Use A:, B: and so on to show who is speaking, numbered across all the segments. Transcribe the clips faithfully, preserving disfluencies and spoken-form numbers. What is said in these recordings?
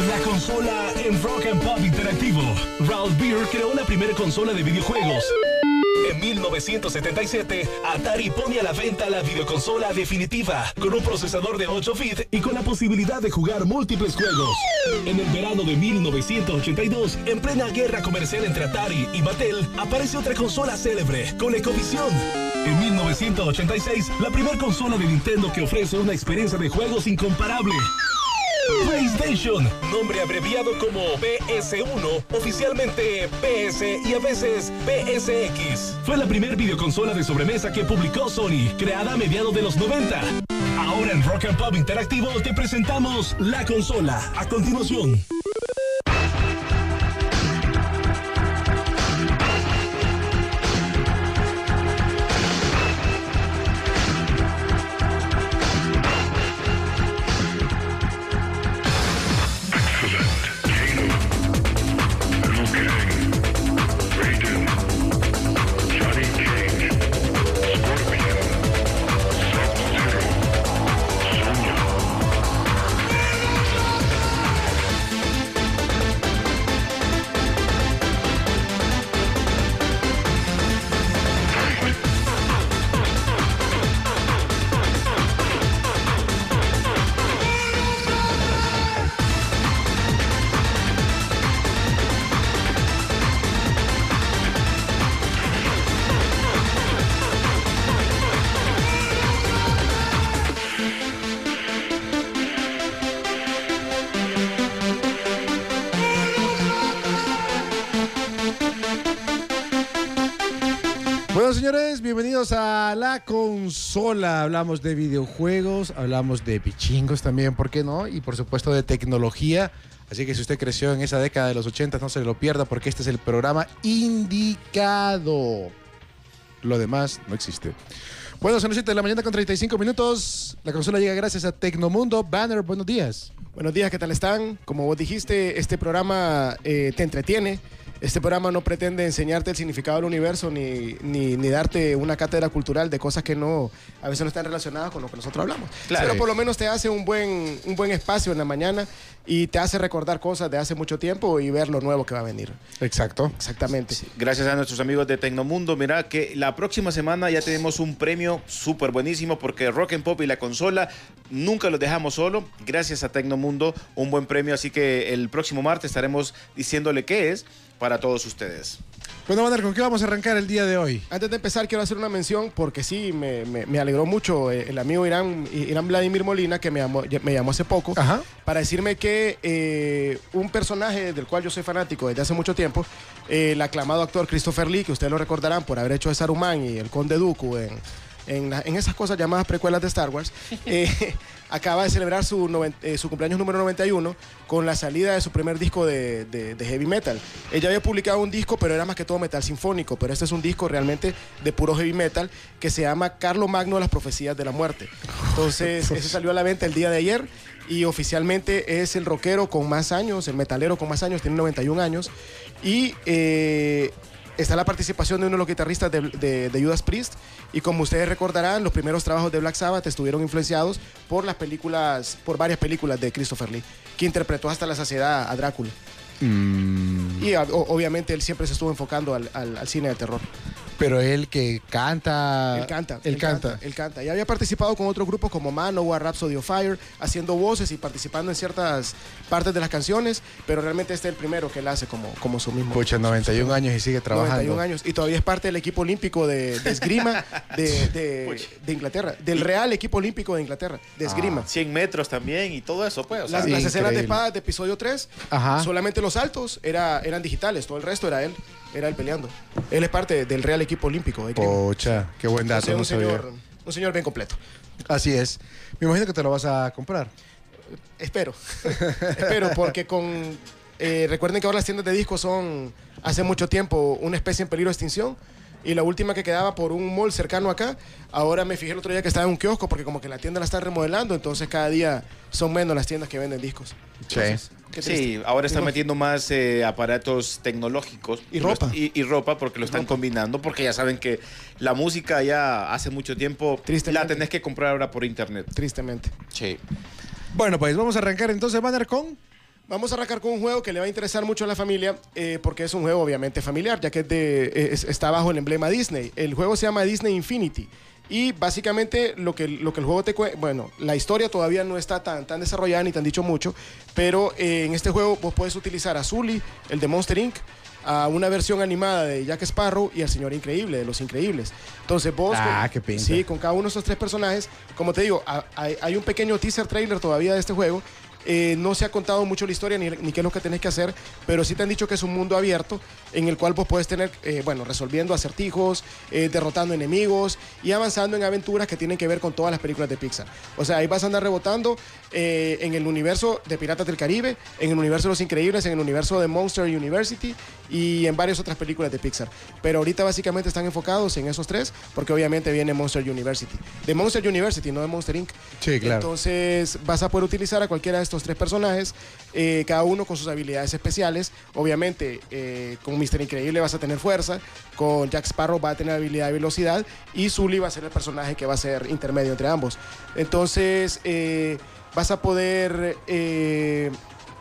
A: La consola en Rock and Pop Interactivo. Ralph Beer creó la primera consola de videojuegos. En mil novecientos setenta y siete, Atari pone a la venta la videoconsola definitiva, con un procesador de ocho bits y con la posibilidad de jugar múltiples juegos. En el verano de mil novecientos ochenta y dos, en plena guerra comercial entre Atari y Mattel, aparece otra consola célebre, ColecoVision. En mil novecientos ochenta y seis, la primera consola de Nintendo que ofrece una experiencia de juegos incomparable. PlayStation, nombre abreviado como P S uno, oficialmente P S y a veces P S X. Fue la primera videoconsola de sobremesa que publicó Sony, creada a mediados de los noventa. Ahora en Rock and Pop Interactivo te presentamos la consola. A continuación.
B: Bueno, señores, bienvenidos a la consola. Hablamos de videojuegos, hablamos de pichingos también, ¿por qué no? Y por supuesto de tecnología. Así que si usted creció en esa década de los ochenta, no se lo pierda porque este es el programa indicado. Lo demás no existe. Bueno, son las siete de la mañana con treinta y cinco minutos. La consola llega gracias a Tecnomundo. Banner, buenos días.
C: Buenos días, ¿qué tal están? Como vos dijiste, este programa eh, te entretiene. Este programa no pretende enseñarte el significado del universo ni, ni, ni darte una cátedra cultural de cosas que no a veces no están relacionadas con lo que nosotros hablamos. Claro. Pero por lo menos te hace un buen, un buen espacio en la mañana y te hace recordar cosas de hace mucho tiempo y ver lo nuevo que va a venir.
B: Exacto.
C: Exactamente.
D: Sí, gracias a nuestros amigos de Tecnomundo. Mira que la próxima semana ya tenemos un premio súper buenísimo porque Rock and Pop y la consola nunca los dejamos solo. Gracias a Tecnomundo, un buen premio. Así que el próximo martes estaremos diciéndole qué es para todos ustedes.
B: Bueno, Banner, ¿con qué vamos a arrancar el día de hoy?
C: Antes de empezar, quiero hacer una mención porque sí, me, me, me alegró mucho eh, el amigo Irán, Irán Vladimir Molina, que me llamó, me llamó hace poco, Ajá. para decirme que eh, un personaje del cual yo soy fanático desde hace mucho tiempo, eh, el aclamado actor Christopher Lee, que ustedes lo recordarán por haber hecho de Saruman y el Conde Dooku en, en, en esas cosas llamadas precuelas de Star Wars, eh, acaba de celebrar su, noven, eh, su cumpleaños número noventa y uno con la salida de su primer disco de, de, de heavy metal. Ella había publicado un disco, pero era más que todo metal sinfónico, pero este es un disco realmente de puro heavy metal que se llama Carlo Magno, las profecías de la muerte. Entonces, ese salió a la venta el día de ayer y oficialmente es el rockero con más años, el metalero con más años, tiene noventa y un años y... Eh, está la participación de uno de los guitarristas de, de, de Judas Priest y como ustedes recordarán, los primeros trabajos de Black Sabbath estuvieron influenciados por las películas, por varias películas de Christopher Lee, que interpretó hasta la saciedad a Drácula. Mm. Y o, obviamente él siempre se estuvo enfocando al, al, al cine de terror.
B: Pero él que canta...
C: Él canta.
B: Él,
C: él
B: canta.
C: canta. Él canta. Y había participado con otros grupos como Manowar, Rhapsody of Fire, haciendo voces y participando en ciertas partes de las canciones, pero realmente este es el primero que él hace como, como su mismo.
B: Pucha, noventa y un años y sigue trabajando.
C: noventa y un años. Y todavía es parte del equipo olímpico de, de esgrima de, de, de Inglaterra. Del Real Equipo Olímpico de Inglaterra, de esgrima.
D: Ah, cien metros también y todo eso, pues. O sea,
C: las, las escenas de espadas de episodio tres,
B: Ajá.
C: solamente los saltos era, eran digitales, todo el resto era él. Era él peleando. Él es parte del Real Equipo Olímpico. De
B: Pocha, qué buen dato.
C: O sea, un,
B: no
C: señor, un señor bien completo.
B: Así es. Me imagino que te lo vas a comprar.
C: Espero. Espero, porque con... Eh, recuerden que ahora las tiendas de discos son, hace mucho tiempo, una especie en peligro de extinción. Y la última que quedaba por un mall cercano acá, ahora me fijé el otro día que estaba en un kiosco porque como que la tienda la están remodelando, entonces cada día son menos las tiendas que venden discos. Entonces,
D: sí, sí, ahora están metiendo más eh, aparatos tecnológicos
C: y ropa
D: y, y ropa porque lo están ropa. combinando, porque ya saben que la música ya hace mucho tiempo la tenés que comprar ahora por internet.
C: Tristemente.
D: Sí.
B: Bueno, pues vamos a arrancar entonces, Banner, con...
C: Vamos a arrancar con un juego que le va a interesar mucho a la familia, eh, porque es un juego obviamente familiar, ya que es de, es, está bajo el emblema Disney. El juego se llama Disney Infinity. Y básicamente lo que, lo que el juego te cuenta, bueno, la historia todavía no está tan, tan desarrollada ni te han dicho mucho, pero eh, en este juego vos puedes utilizar a Sully, el de Monster incorporated, a una versión animada de Jack Sparrow y al Señor Increíble, de Los Increíbles. Entonces vos,
B: ah,
C: con,
B: qué pinta.
C: sí, con cada uno de esos tres personajes, como te digo, a, hay, hay un pequeño teaser trailer todavía de este juego. Eh, no se ha contado mucho la historia ni, ni qué es lo que tenés que hacer, pero sí te han dicho que es un mundo abierto en el cual vos puedes tener, eh, bueno, resolviendo acertijos, eh, derrotando enemigos y avanzando en aventuras que tienen que ver con todas las películas de Pixar. O sea, ahí vas a andar rebotando eh, en el universo de Piratas del Caribe, en el universo de Los Increíbles, en el universo de Monster University y en varias otras películas de Pixar. Pero ahorita básicamente están enfocados en esos tres, porque obviamente viene Monster University. De Monster University, no de Monster incorporated.
B: Sí, claro.
C: Entonces vas a poder utilizar a cualquiera de estos tres personajes, eh, cada uno con sus habilidades especiales. Obviamente, eh, con Mister Increíble vas a tener fuerza, con Jack Sparrow va a tener habilidad de velocidad y Sully va a ser el personaje que va a ser intermedio entre ambos. Entonces, eh, vas a poder eh,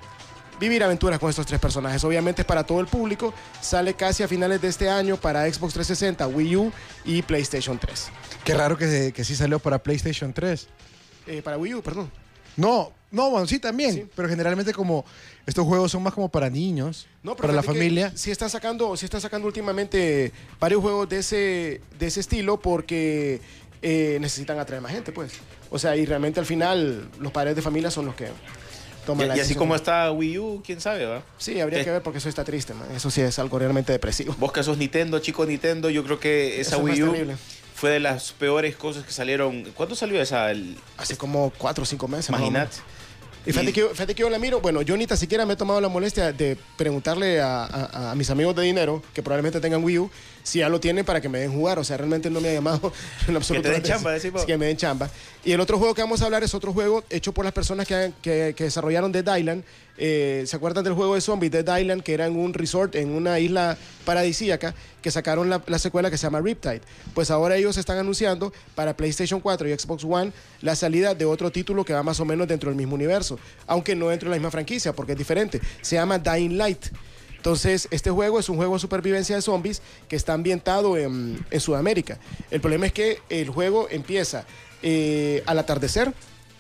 C: vivir aventuras con estos tres personajes. Obviamente es para todo el público. Sale casi a finales de este año para Xbox trescientos sesenta, Wii U y PlayStation tres.
B: Qué raro que, que sí salió para PlayStation tres.
C: Eh, para Wii U, perdón.
B: No, no, bueno, sí también, sí. Pero generalmente como estos juegos son más como para niños, no, para la familia.
C: Sí están sacando, sí están sacando últimamente varios juegos de ese, de ese estilo porque eh, necesitan atraer más gente, pues. O sea, y realmente al final los padres de familia son los que toman
D: y,
C: la
D: y
C: decisión.
D: así como está Wii U, quién sabe, ¿va?
C: Sí, habría que ver porque eso está triste, man. Eso sí es algo realmente depresivo.
D: Vos que sos Nintendo, chico Nintendo, yo creo que esa
C: eso
D: Wii U
C: terrible.
D: Fue de las peores cosas que salieron. ¿Cuándo salió esa? El...
C: Hace como cuatro o cinco meses.
D: Imagínate.
C: Y fíjate, y... Que yo, fíjate que yo la miro. Bueno, yo ni tan siquiera me he tomado la molestia de preguntarle a, a, a mis amigos de dinero, que probablemente tengan Wii U, si ya lo tienen para que me den jugar. O sea, realmente no me ha llamado en absoluto.
D: Que te den chamba, decimos.
C: Que me den chamba. Y el otro juego que vamos a hablar es otro juego hecho por las personas que, que, que desarrollaron Dead Island. Eh, ¿Se acuerdan del juego de zombies Dead Island, que era en un resort, en una isla paradisíaca, que sacaron la, la secuela que se llama Riptide? Pues ahora ellos están anunciando para PlayStation cuatro y Xbox One la salida de otro título que va más o menos dentro del mismo universo, aunque no dentro de la misma franquicia, porque es diferente. Se llama Dying Light. Entonces, este juego es un juego de supervivencia de zombies que está ambientado en, en Sudamérica. El problema es que el juego empieza eh, al atardecer,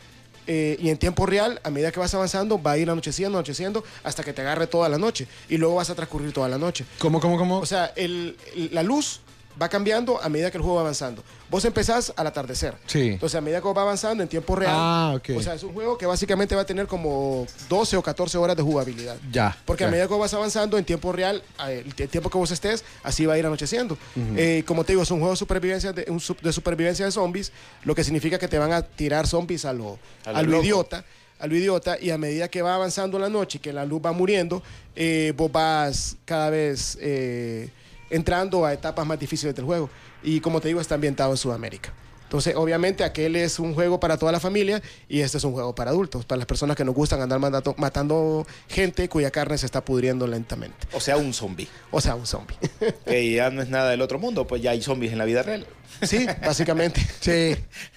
C: Eh, y en tiempo real, a medida que vas avanzando, va a ir anocheciendo, anocheciendo, hasta que te agarre toda la noche. Y luego vas a transcurrir toda la noche.
B: ¿Cómo, cómo, cómo?
C: O sea, el, el, la luz va cambiando a medida que el juego va avanzando. Vos empezás al atardecer.
B: Sí.
C: Entonces, a medida que va avanzando en tiempo real.
B: Ah, ok.
C: O sea, es un juego que básicamente va a tener como doce o catorce horas de jugabilidad.
B: Ya.
C: Porque
B: ya.
C: a medida que vas avanzando en tiempo real, el tiempo que vos estés, así va a ir anocheciendo. Uh-huh. eh, como te digo, es un juego de supervivencia de, un, de supervivencia de zombies, lo que significa que te van a tirar zombies a lo, a lo idiota. a lo idiota, y a medida que va avanzando la noche y que la luz va muriendo, eh, vos vas cada vez eh, entrando a etapas más difíciles del juego. Y como te digo, está ambientado en Sudamérica. Entonces, obviamente, aquel es un juego para toda la familia y este es un juego para adultos, para las personas que nos gustan andar matando, matando gente cuya carne se está pudriendo lentamente.
D: O sea, un zombie.
C: O sea, un zombie.
D: Que ya no es nada del otro mundo, pues ya hay zombies en la vida real.
C: Sí, básicamente.
B: Sí.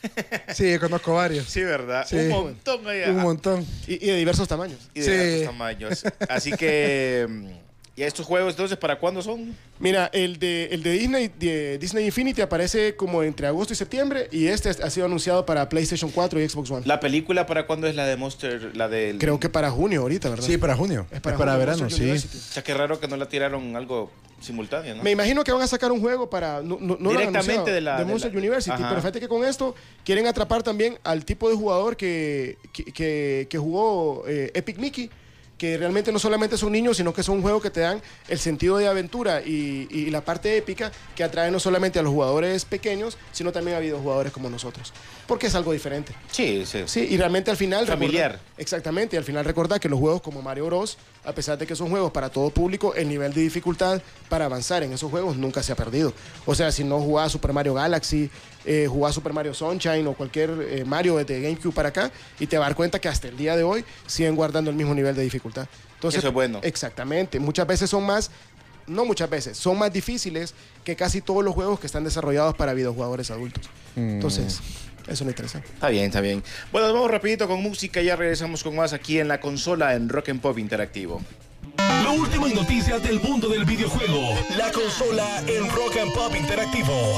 B: Sí, conozco varios.
D: Sí, ¿verdad?
B: Sí.
D: Un montón allá.
B: Un montón.
C: Y, y de diversos tamaños.
D: Y de
B: sí.
D: diversos tamaños. Así que... ¿Y estos juegos entonces para cuándo son?
C: Mira, el de, el de Disney, de Disney Infinity aparece como entre agosto y septiembre y este ha sido anunciado para PlayStation cuatro y Xbox One.
D: ¿La película para cuándo es la de Monster? La del...
C: Creo que para junio ahorita, ¿verdad?
B: Sí, para junio.
C: Es para,
B: es para
C: junio,
B: verano, sí.
D: O sea, qué raro que no la tiraron algo simultáneo, ¿no?
C: Me imagino que van a sacar un juego para... No, no, no
D: directamente de la...
C: De Monster
D: de la,
C: University.
D: Ajá.
C: Pero fíjate que con esto quieren atrapar también al tipo de jugador que, que, que, que jugó eh, Epic Mickey, que realmente no solamente son niños, sino que son un juego que te dan el sentido de aventura y, y la parte épica que atrae no solamente a los jugadores pequeños, sino también a videojugadores como nosotros. Porque es algo diferente.
D: Sí, sí.
C: Sí, y realmente al final...
D: Familiar.
C: Recordar, exactamente, y al final recordar que los juegos como Mario Bros, a pesar de que son juegos para todo público, el nivel de dificultad para avanzar en esos juegos nunca se ha perdido. O sea, si no jugás Super Mario Galaxy, eh, jugás Super Mario Sunshine o cualquier eh, Mario de GameCube para acá, y te vas a dar cuenta que hasta el día de hoy siguen guardando el mismo nivel de dificultad. Entonces,
D: eso es bueno.
C: Exactamente. Muchas veces son más... No muchas veces, son más difíciles que casi todos los juegos que están desarrollados para videojugadores adultos. Mm. Entonces... Eso me interesa.
D: Está bien, está bien. Bueno, nos vamos rapidito con música y ya regresamos con más aquí en la consola en Rock and Pop Interactivo.
A: Lo último en noticias del mundo del videojuego. La consola en Rock and Pop Interactivo.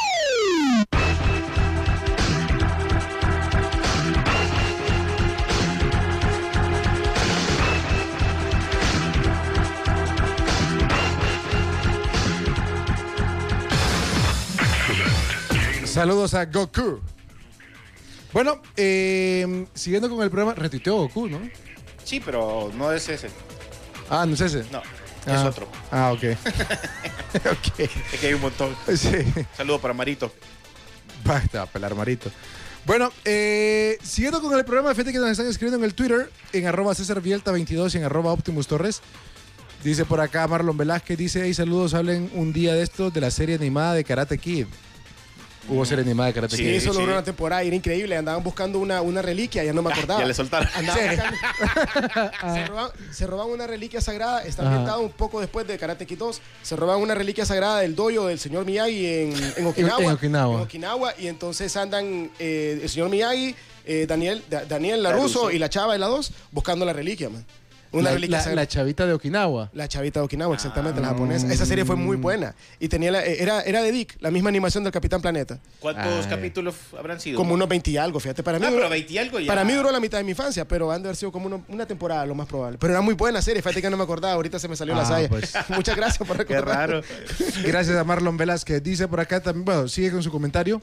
B: Saludos a Goku. Bueno, eh, siguiendo con el programa, retuiteó Goku, ¿no?
D: Sí, pero no es ese.
B: Ah, no es ese.
D: No,
B: ah,
D: es otro.
B: Ah, ok. Ok.
D: Es que hay un montón.
B: Sí.
D: Saludos para Marito.
B: Basta, a pelar Marito. Bueno, eh, siguiendo con el programa, fíjate que nos están escribiendo en el Twitter, en arroba César Vielta veintidós y en arroba Optimus Torres. Dice por acá Marlon Velázquez, dice, hey, saludos, hablen un día de esto de la serie animada de Karate Kid. Hubo serie animada de Karate
C: Sí,
B: Kid.
C: eso
D: sí.
C: logró una temporada, era increíble. Andaban buscando una, una reliquia, ya no me acordaba.
D: Ya le soltaron.
C: Andaban buscando- se, roban, se roban una reliquia sagrada, está
B: Ajá.
C: ambientado un poco después de Karate Kid dos. Se roban una reliquia sagrada del dojo del señor Miyagi en, en Okinawa.
B: En Okinawa.
C: En Okinawa, y entonces andan eh, el señor Miyagi, eh, Daniel, Da- Daniel
D: LaRusso.
C: LaRusso y la chava de la dos buscando la reliquia, man. Una
B: La,
C: reliquia
B: la-
C: sagrada.
B: la chavita de Okinawa.
C: La chavita de Okinawa, exactamente, la
B: Ah.
C: japonesa. Esa serie fue muy buena. Y tenía la- era, era de Dick, la misma animación del Capitán Planeta.
D: ¿Cuántos
B: Ah,
D: capítulos habrán sido?
C: Como unos veinte y algo, fíjate. Para mí,
D: Ah,
C: duró,
D: pero veinte y algo ya.
C: para mí duró la mitad de mi infancia, pero han de haber sido como uno- una temporada, lo más probable. Pero era muy buena serie, fíjate que no me acordaba. Ahorita se me salió la
B: Ah,
C: saya.
B: pues.
C: Muchas gracias por
D: Qué
C: recordar.
D: raro.
B: Gracias a Marlon Velázquez. Dice por acá también, bueno, sigue con su comentario.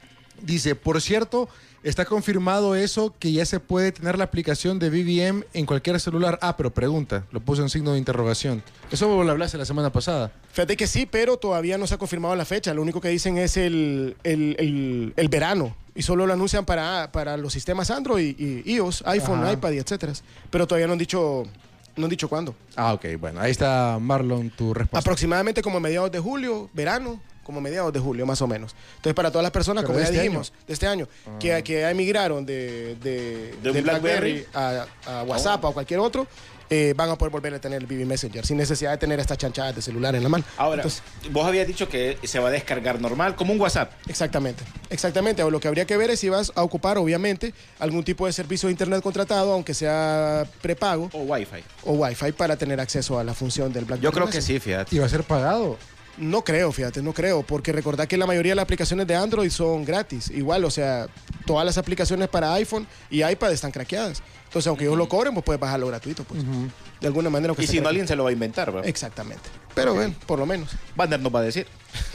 B: Dice, por cierto, está confirmado eso que ya se puede tener la aplicación de B B M en cualquier celular. Ah, pero pregunta, lo puso en signo de interrogación. Eso lo hablaste la semana pasada.
C: Fíjate que sí, pero todavía no se ha confirmado la fecha. Lo único que dicen es el, el, el- el verano. Y solo lo anuncian para, para los sistemas Android y, y iOS, iPhone,
B: Ajá.
C: iPad y etcétera. Pero todavía no han dicho, no han dicho cuándo.
B: Ah, ok, bueno, ahí está Marlon, tu respuesta.
C: Aproximadamente como mediados de julio, verano, como mediados de julio más o menos. Entonces para todas las personas,
B: Pero
C: como
B: de
C: ya
B: este
C: dijimos, de este año, que, que emigraron de, de,
D: De un
C: de
D: BlackBerry.
C: a, a WhatsApp o a cualquier otro, eh, van a poder volver a tener el B B Messenger sin necesidad de tener estas chanchadas de celular en la mano.
D: Ahora,
C: Entonces,
D: vos habías dicho que se va a descargar normal, como un WhatsApp.
C: exactamente, exactamente. O lo que habría que ver es si vas a ocupar, obviamente, algún tipo de servicio de internet contratado, aunque sea prepago
D: O Wi-Fi.
C: o Wi-Fi para tener acceso a la función del BlackBerry.
D: Yo creo que
C: Messenger.
D: sí, fíjate.
B: ¿Y va a ser pagado?
C: No creo, fíjate, no creo, porque recordad que la mayoría de las aplicaciones de Android son gratis. Igual, o sea, todas las aplicaciones para iPhone y iPad están craqueadas. Entonces, aunque ellos lo cobren, pues puedes bajarlo gratuito, pues. De alguna manera. aunque
D: Y
C: sea
D: si no,
C: gratuito.
D: alguien se lo va a inventar, ¿verdad?
C: Exactamente. Pero ven, por lo menos.
D: Banner nos va a decir.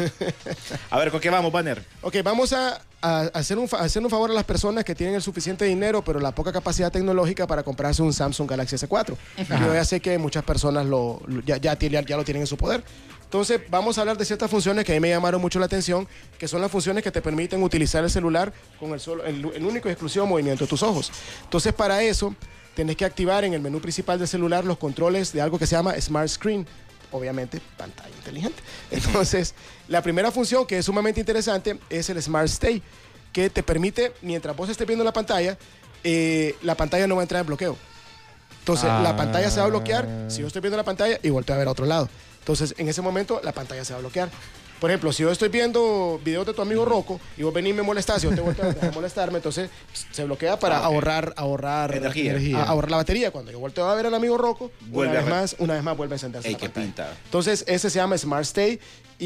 D: A ver, ¿con qué vamos, Banner?
C: Ok, vamos a, a hacer un, fa- a hacer un favor a las personas que tienen el suficiente dinero, pero la poca capacidad tecnológica para comprarse un Samsung Galaxy S cuatro. Yo ya sé que muchas personas lo, lo- ya, ya, tiene- ya lo tienen en su poder. Entonces, vamos a hablar de ciertas funciones que a mí me llamaron mucho la atención, que son las funciones que te permiten utilizar el celular con el, solo, el, el único y exclusivo movimiento de tus ojos. Entonces, para eso, tenés que activar en el menú principal del celular los controles de algo que se llama Smart Screen. Obviamente, pantalla inteligente. Entonces, la primera función que es sumamente interesante es el Smart Stay, que te permite, mientras vos estés viendo la pantalla, eh, la pantalla no va a entrar en bloqueo. Entonces,
B: Ah.
C: la pantalla se va a bloquear si yo estoy viendo la pantalla y volteo a ver a otro lado. Entonces, en ese momento, la pantalla se va a bloquear. Por ejemplo, si yo estoy viendo videos de tu amigo Rocco y vos venís y me molestás, y yo te volteo a molestarme, entonces se bloquea para
D: Ah, ok.
C: ahorrar, ahorrar
D: Energía.
C: a- ahorrar la batería. Cuando yo volteo a ver al amigo Rocco,
D: Vuelve
C: una
D: a
C: vez
D: re-
C: más, una vez más vuelve a encenderse
D: Ey,
C: la
D: qué
C: pantalla.
D: pinta.
C: Entonces, ese se llama Smart Stay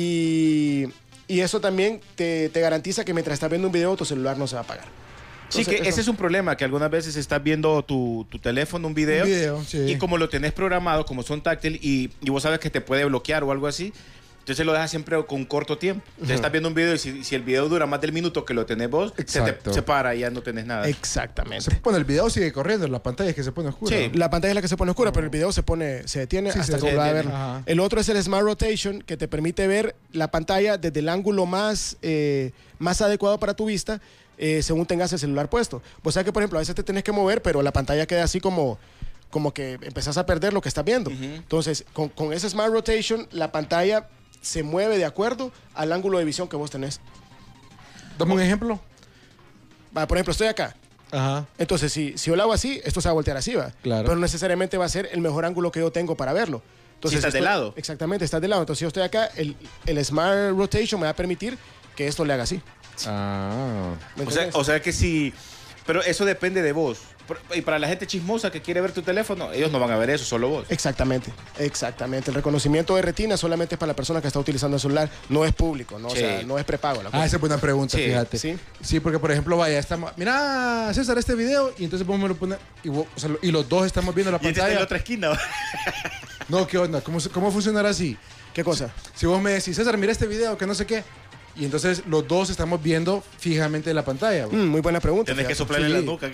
C: y, y eso también te, te garantiza que mientras estás viendo un video, tu celular no se va a apagar.
D: Sí,
C: Entonces,
D: que
C: eso-
D: ese es un problema, que algunas veces estás viendo tu, tu teléfono, un video,
B: Un video, sí.
D: y como lo tenés programado, como son táctil, y, y vos sabes que te puede bloquear o algo así, entonces lo dejas siempre con corto tiempo. Entonces estás viendo un video y si, si el video dura más del minuto que lo tenés vos, se
B: Exacto.
D: te se para y ya no tenés nada.
C: Exactamente.
B: Bueno, el video sigue corriendo, la pantalla es que se pone oscura.
D: Sí.
C: La pantalla es la que se pone oscura, pero el video se pone, se detiene
B: Sí,
C: hasta
B: se
C: que vuelva a
D: detiene.
C: verlo.
B: Ajá.
C: El otro es el Smart Rotation, que te permite ver la pantalla desde el ángulo más, eh, más adecuado para tu vista, eh, según tengas el celular puesto. Vos sabés que, por ejemplo, a veces te tenés que mover, pero la pantalla queda así como, como que empezás a perder lo que estás viendo. Entonces, con, con ese Smart Rotation, la pantalla se mueve de acuerdo al ángulo de visión que vos tenés.
B: Dame un ejemplo.
C: Va, por ejemplo, estoy acá.
B: Ajá.
C: Entonces, si, si yo lo hago así, esto se va a voltear así, va.
B: Claro.
C: Pero no necesariamente va a ser el mejor ángulo que yo tengo para verlo. Entonces,
D: Si estás de
C: esto-
D: lado.
C: Exactamente, estás de lado. Entonces, si yo estoy acá, el, el Smart Rotation me va a permitir que esto le haga así.
B: Ah.
D: O sea, o sea que si... Pero eso depende de vos. Y para la gente chismosa que quiere ver tu teléfono, ellos no van a ver eso, solo vos.
C: Exactamente, exactamente. El reconocimiento de retina solamente es para la persona que está utilizando el celular, no es público, ¿no? Sí. O sea, no es prepago. La cosa.
B: Ah, esa es buena pregunta,
C: sí.
B: fíjate.
C: ¿Sí?
B: Sí, porque por ejemplo, vaya, estamos, mira, César, este video, y entonces vos me lo pones, y, vos, o sea, y los dos estamos viendo la
D: y
B: pantalla.
D: Y en la otra esquina.
B: No, ¿qué onda? ¿Cómo, cómo funcionará así?
C: ¿Qué cosa?
B: Si, si vos me decís, César, mira este video, que no sé qué. Y entonces los dos estamos viendo fijamente la pantalla.
C: Mm, muy buena pregunta.
D: Tienes que soplarle
B: sí.
D: la nuca.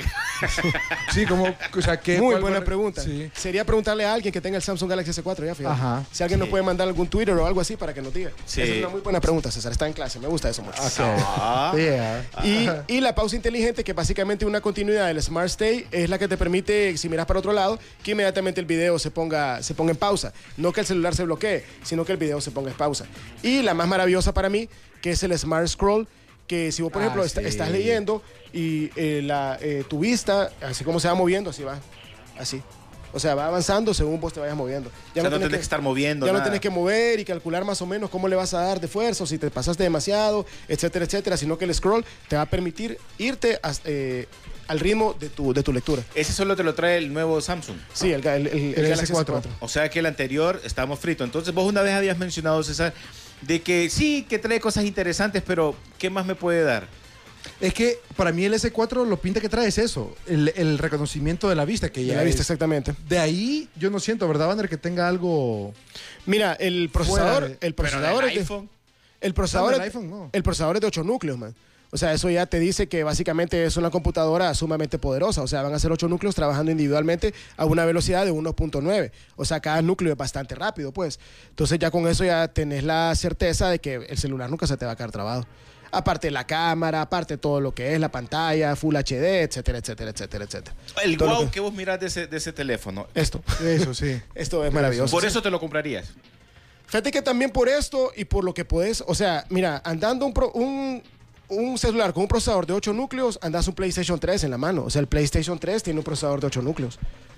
B: Sí, como, o sea, ¿qué?
C: Muy
B: cuál,
C: buena
B: cuál?
C: pregunta.
B: Sí.
C: Sería preguntarle a alguien que tenga el Samsung Galaxy S cuatro, ya, fíjate.
B: Ajá.
C: Si alguien
D: Sí.
C: nos puede mandar algún Twitter o algo así para que nos diga.
D: Sí.
C: Esa es una muy buena pregunta, César. Está en clase. Me gusta eso mucho.
D: Ah.
B: Yeah.
C: Y, y la pausa inteligente, que básicamente una continuidad del Smart Stay, es la que te permite, si miras para otro lado, que inmediatamente el video se ponga, se ponga en pausa. No que el celular se bloquee, sino que el video se ponga en pausa. Y la más maravillosa para mí, que es el Smart Scroll, que si vos, por
B: Ah,
C: ejemplo,
B: sí.
C: está, estás leyendo y eh, la, eh, tu vista, así como se va moviendo, así va, así. O sea, va avanzando según vos te vayas moviendo.
D: Ya o sea, no tenés que, que estar moviendo
C: Ya
D: nada.
C: no tenés que mover y calcular más o menos cómo le vas a dar de fuerza, o si te pasaste demasiado, etcétera, etcétera, sino que el scroll te va a permitir irte a, eh, al ritmo de tu, de tu lectura.
D: Ese solo te lo trae el nuevo Samsung.
C: Sí, el, el, el, el, el Galaxy S cuatro.
D: O sea que el anterior estábamos fritos. Entonces vos una vez habías mencionado, César, de que sí, que trae cosas interesantes, pero ¿qué más me puede dar?
B: Es que para mí el S cuatro lo pinta que trae es eso, el, el reconocimiento de la vista. Que ya
C: de la vista,
B: es,
C: exactamente.
B: De ahí yo no siento, ¿verdad, Wander, que tenga algo...
C: Mira, el procesador...
B: de,
C: el procesador
D: el
C: es de,
D: iPhone.
C: El procesador,
B: no,
C: el,
B: el, iPhone, no.
C: el procesador es de ocho núcleos, man. O sea, eso ya te dice que básicamente es una computadora sumamente poderosa. O sea, van a ser ocho núcleos trabajando individualmente a una velocidad de uno punto nueve. O sea, cada núcleo es bastante rápido, pues. Entonces ya con eso ya tenés la certeza de que el celular nunca se te va a quedar trabado. Aparte la cámara, aparte todo lo que es la pantalla, Full H D, etcétera, etcétera, etcétera, etcétera.
D: El
C: todo
D: wow
C: que...
D: que vos mirás de ese, de ese teléfono.
C: Esto.
B: Eso, sí.
C: Esto es maravilloso.
D: Por
C: ¿sí?
D: eso te lo comprarías.
C: Fíjate que también por esto y por lo que podés, o sea, mira, andando un, pro, un, un celular con un procesador de ocho núcleos, andas un PlayStation tres en la mano. O sea, el PlayStation tres tiene un procesador de ocho núcleos.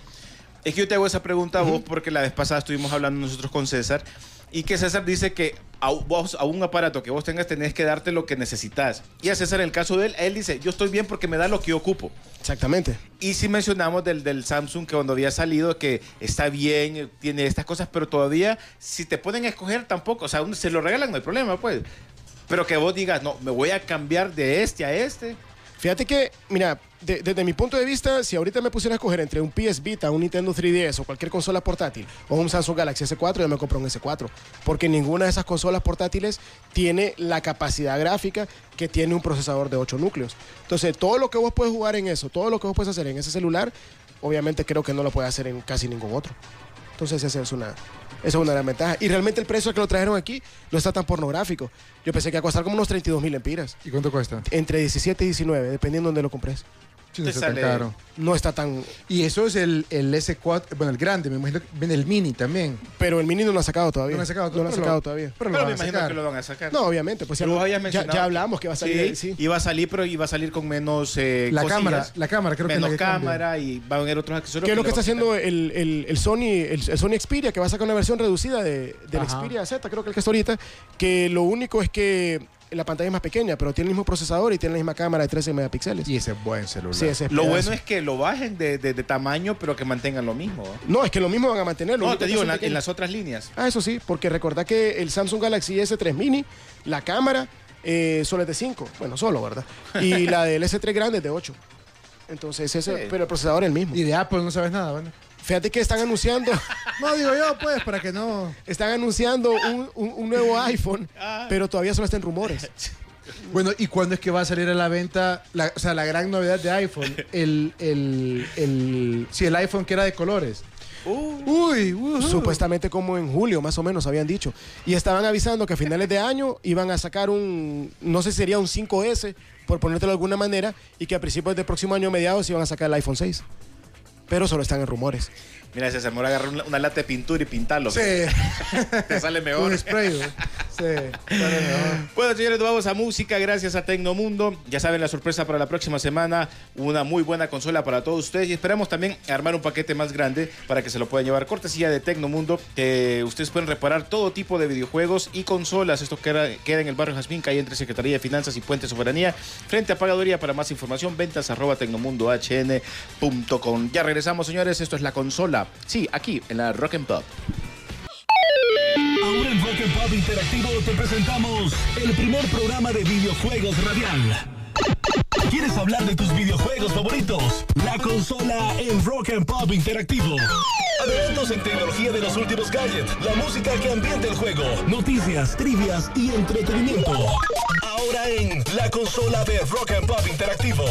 D: Es que yo te hago esa pregunta a
C: Uh-huh.
D: vos porque la vez pasada estuvimos hablando nosotros con César y que César dice que a, vos, a un aparato que vos tengas tenés que darte lo que necesitas. Y a César, en el caso de él, él dice, yo estoy bien porque me da lo que yo ocupo.
C: Exactamente.
D: Y si mencionamos del, del Samsung que cuando había salido, que está bien, tiene estas cosas, pero todavía si te pueden escoger tampoco, o sea, se lo regalan, no hay problema, pues. Pero que vos digas, no, me voy a cambiar de este a este.
C: Fíjate que, mira, de, desde mi punto de vista, si ahorita me pusiera a escoger entre un P S Vita, un Nintendo tres D S o cualquier consola portátil o un Samsung Galaxy S cuatro, yo me compro un S cuatro. Porque ninguna de esas consolas portátiles tiene la capacidad gráfica que tiene un procesador de ocho núcleos. Entonces, todo lo que vos puedes jugar en eso, todo lo que vos puedes hacer en ese celular, obviamente creo que no lo puedes hacer en casi ningún otro. Entonces, esa es una, esa es una gran ventaja. Y realmente el precio que lo trajeron aquí no está tan pornográfico. Yo pensé que iba a costar como unos treinta y dos mil empiras.
B: ¿Y cuánto cuesta?
C: Entre diecisiete y diecinueve, dependiendo de dónde lo compres.
B: Sí, no
D: Te
B: está tan
D: sale-
B: caro.
C: No está tan...
B: Y eso es el, el S cuatro, bueno, el grande, me imagino que viene el mini también.
C: Pero el mini no lo ha sacado todavía.
B: No lo han sacado,
C: No lo ha
B: pero
C: sacado
B: lo-
C: todavía.
B: Pero, lo
D: Pero
B: van
D: me
B: a
D: imagino
B: sacar.
D: que lo van a sacar.
C: No, obviamente. Pues ya,
D: Pero vos habías
C: ya,
D: mencionado-
C: ya hablamos que va a salir
D: Sí,
C: ahí, sí.
D: iba a salir, pero iba a salir con menos eh,
B: La
D: cosillas,
B: cámara, la cámara creo que es
D: menos
B: la que cambia.
D: cámara y van a haber otros accesorios.
C: ¿Qué es lo que
D: le
C: está
D: van a
C: haciendo el, el, el Sony el, el Sony Xperia, que va a sacar una versión reducida de, del
B: Ajá.
C: Xperia Z, creo que el que está ahorita, que lo único es que la pantalla es más pequeña, pero tiene el mismo procesador y tiene la misma cámara de trece megapíxeles.
B: Y ese es buen celular.
C: Sí, ese es
D: Lo
C: pedazo.
D: bueno es que lo bajen de, de- de tamaño, pero que mantengan lo mismo. ¿eh?
C: No, es que lo mismo van a mantener. lo
D: No,
C: único
D: te
C: que
D: digo, en,
C: son
D: la- en
C: pequeños.
D: las otras líneas.
C: Ah, eso sí, porque recordá que el Samsung Galaxy S tres Mini, la cámara eh, solo es de cinco, bueno, solo, ¿verdad? Y la del S tres grande es de ocho. Entonces, ese,
D: Sí.
C: pero el procesador es el mismo.
B: Y de Apple no sabes nada, ¿vale?
C: Fíjate que están anunciando,
B: No, digo yo, pues, para que no...
C: están anunciando un, un- un nuevo iPhone,
D: Ah.
C: pero todavía solo está en rumores.
B: Bueno, ¿y cuándo es que va a salir a la venta? La, o sea, la gran novedad de iPhone, el, el, el... Sí, el iPhone que era de colores.
D: Uh,
B: Uy, ujú.
C: Supuestamente como en julio, más o menos, habían dicho. Y estaban avisando que a finales de año iban a sacar un, no sé si sería un cinco S, por ponértelo de alguna manera, y que a principios del próximo año, mediados, iban a sacar el iPhone seis. pero solo están en rumores.
D: Mira, César, me voy a agarrar una, una lata de pintura y pintarlo.
B: Sí.
D: Te sale mejor.
B: Un spray, ¿no? Sí, sale mejor.
D: Bueno, señores, nos vamos a música gracias a Tecnomundo. Ya saben, la sorpresa para la próxima semana, una muy buena consola para todos ustedes y esperamos también armar un paquete más grande para que se lo puedan llevar. Cortesía de Tecnomundo, que ustedes pueden reparar todo tipo de videojuegos y consolas. Esto queda, queda en el barrio Jazmín, calle entre Secretaría de Finanzas y Puente Soberanía, frente a Pagaduría. Para más información, ventas arroba tecnomundo h n punto com. Ya regresamos, señores. Esto es La Consola. Sí, aquí en la Rock and Pop.
A: Ahora en Rock and Pop Interactivo te presentamos el primer programa de videojuegos radial. ¿Quieres hablar de tus videojuegos favoritos? La Consola en Rock and Pop Interactivo. Adelantos en tecnología de los últimos gadgets, la música que ambienta el juego, noticias, trivias y entretenimiento. Ahora en La Consola de Rock and Pop Interactivo.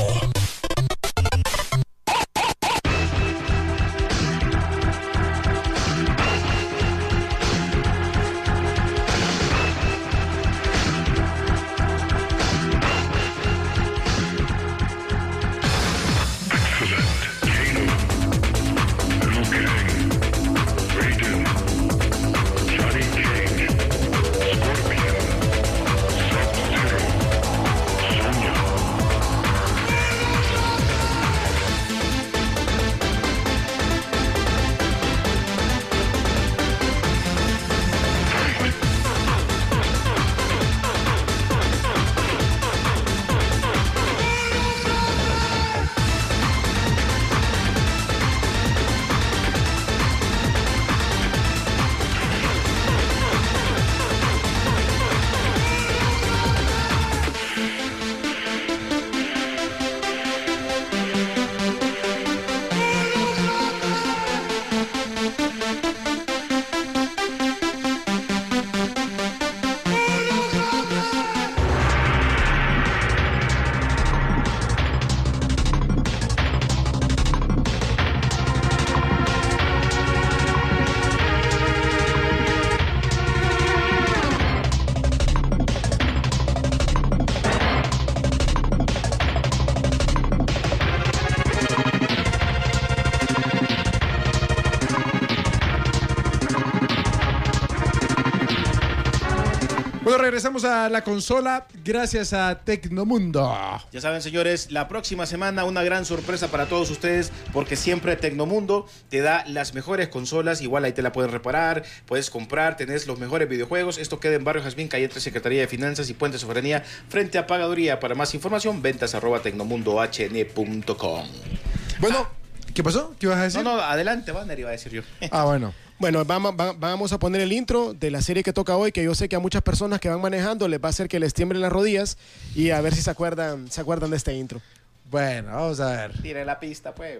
B: Regresamos a La Consola gracias a Tecnomundo.
D: Ya saben, señores, la próxima semana una gran sorpresa para todos ustedes, porque siempre Tecnomundo te da las mejores consolas. Igual ahí te la puedes reparar, puedes comprar, tenés los mejores videojuegos. Esto queda en barrio Jazmín, calle entre Secretaría de Finanzas y Puente Soberanía, frente a Pagaduría. Para más información, ventas arroba tecnomundo h n punto com.
B: Bueno, ¿qué pasó? ¿Qué ibas a decir?
D: No, no, adelante, Banner, iba a decir yo.
B: Ah, bueno.
C: Bueno, vamos, vamos a poner el intro de la serie que toca hoy, que yo sé que a muchas personas que van manejando les va a hacer que les tiemblen las rodillas, y a ver si se acuerdan, se acuerdan de este intro.
B: Bueno, vamos a ver.
D: Tire la pista, pues.